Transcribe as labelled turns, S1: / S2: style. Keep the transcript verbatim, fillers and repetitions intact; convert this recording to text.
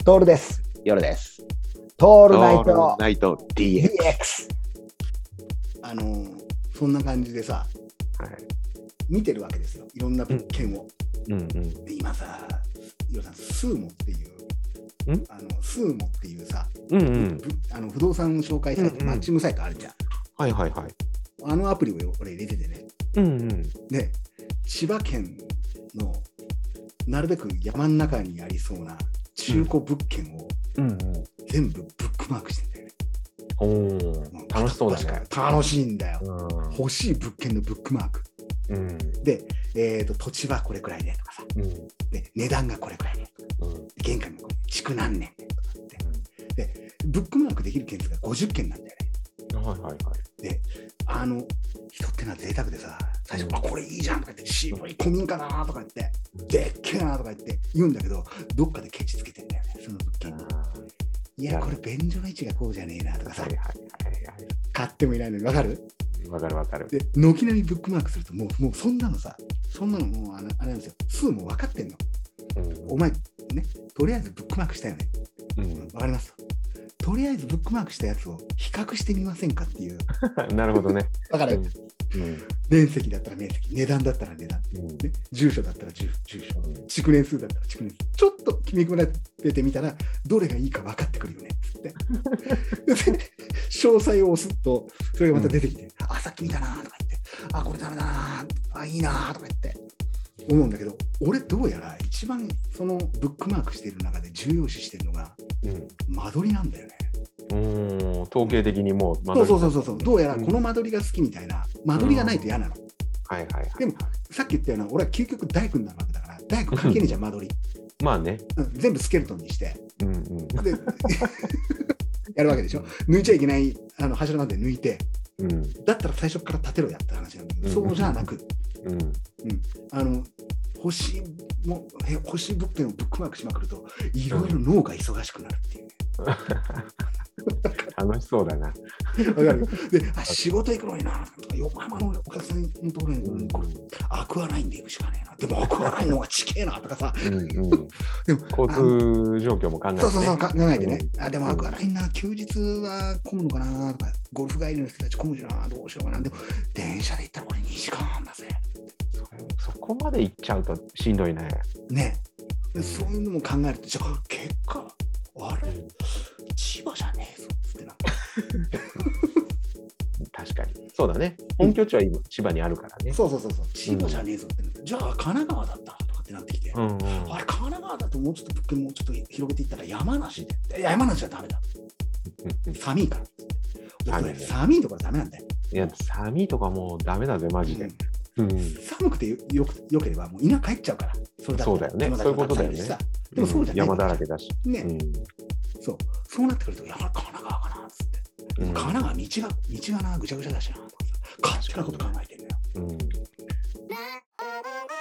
S1: トールです。
S2: 夜です。
S1: トールナイ
S2: オール
S1: ト
S2: ナイト ディーエックス。
S1: ディーエックス。あのー、そんな感じでさ、
S2: はい、
S1: 見てるわけですよ。いろんな物件を。
S2: うんうんうん、
S1: 今さ、夜さん、スーモっていう、
S2: ん
S1: あのスーモっていうさ、
S2: うんうん、
S1: あの不動産紹介サイト、うんうん、マッチングサイトあるじゃん。
S2: はいはいはい。
S1: あのアプリを俺入れててね。
S2: うんうん、
S1: で、千葉県のなるべく山の中にありそうな中古物件を全部ブックマークしてんだよね。
S2: おー、楽しそうだね。
S1: 楽しいんだよ。欲しい物件のブックマーク。うん、で、えーと、土地はこれくらいでとかさ、うん、で値段がこれくらいでとか、うん、玄関がこれ築何年でとかって、うん、でブックマークできる件数がごじゅっけんなんだよね。はいはいはい。で、あの人ってのは贅沢でさ、最初、うん、あこれいいじゃんとか言って、渋い古民家だなとか言って、うん、でっけえなとか言って言うんだけど、どっかでケチつけてんだよね、その物件に。いや、これ便所の位置がこうじゃねえなとかさ、はいはいはいはい、買ってもいないのに分かる？
S2: わかるわかる。
S1: で、軒並みブックマークすると、もう、もうそんなのさ、そんなのもうあのあれなんですよ、数も分かってんの。うん、お前、ね、とりあえずブックマークしたよね。うん、分かります。とりあえずブックマークしたやつを比較してみませんかっていう。
S2: なるほどね。
S1: 分かる、うんうん、面積だったら面積、値段だったら値段、うんね、住所だったら住所、築年数だったら築年数。ちょっと決め比べてみたら、どれがいいか分かってくるよねっつって。詳細を押すと、それがまた出てきて、うん、あ、さっき見たなとか言って、あ、これダメだなあ、いいなとか言って思うんだけど、俺どうやら一番そのブックマークしている中で重要視してるのが、うん、間取りなんだよね。
S2: うーん、統計的にもう
S1: 間取り、そうそうそうそう、どうやらこの間取りが好きみたいな、間取りがないと嫌なの。うん、はいはいはい。でもさっき言ったような、俺は究極大工になるわけだから、大工関係ねえじゃん、間取り。
S2: まあね、
S1: うん、全部スケルトンにして、うんうん、でやるわけでしょ。抜いちゃいけないあの柱なんで抜いて、うん、だったら最初から建てろやって話なんだけど、うん、そうじゃなく、うんうん、あの欲しいも欲しい物件をブックマークしまくると、いろいろ脳が忙しくなるっていう、ね。
S2: 楽しそうだな。
S1: わかる。で、あ、仕事行くのになとか、横浜のお客さんのところに、うん、これアクアラインで行くしかねえな。でもアクアラインの方が近えなとかさ。うんうん、でも
S2: 交通状況も考えて、ね、
S1: そうそうそう考えてね。うん、あでもアクアラインな、休日は混むのかなとか、ゴルフ帰りの人たち混むしな、どうしようかな。でも電車で行ったらこれにじかんはんだぜ。
S2: そこまで行っちゃうとしんどいね。
S1: ね。でそういうのも考えると、じゃあ結果あれ、うん、千葉じゃねえぞってな。
S2: 確かにそうだね。本拠地は今千葉にあるからね。
S1: そうそうそうそう、千葉じゃねえぞってなって、うん、じゃあ神奈川だったとかってなってきて、うんうん、あれ神奈川だともうちょっと物件もうちょっと広げていったら山梨で、いや山梨はダメだ。寒いから。寒いところダメなんだよ。
S2: いや寒いとかもうダメだぜマジで。
S1: うんうん、寒くて よ, よ, よければもう田舎帰っちゃうから。
S2: それだそうだよね。そういうことだよね。
S1: でもそうじゃない、
S2: うん、山だらけだし。
S1: ね、うん、そうそうなってくると、やっぱり神奈川かなっつって、うん、神奈川道が道がなぐちゃぐちゃだしなとかさ、勝手なこと考えてるんだよ。うん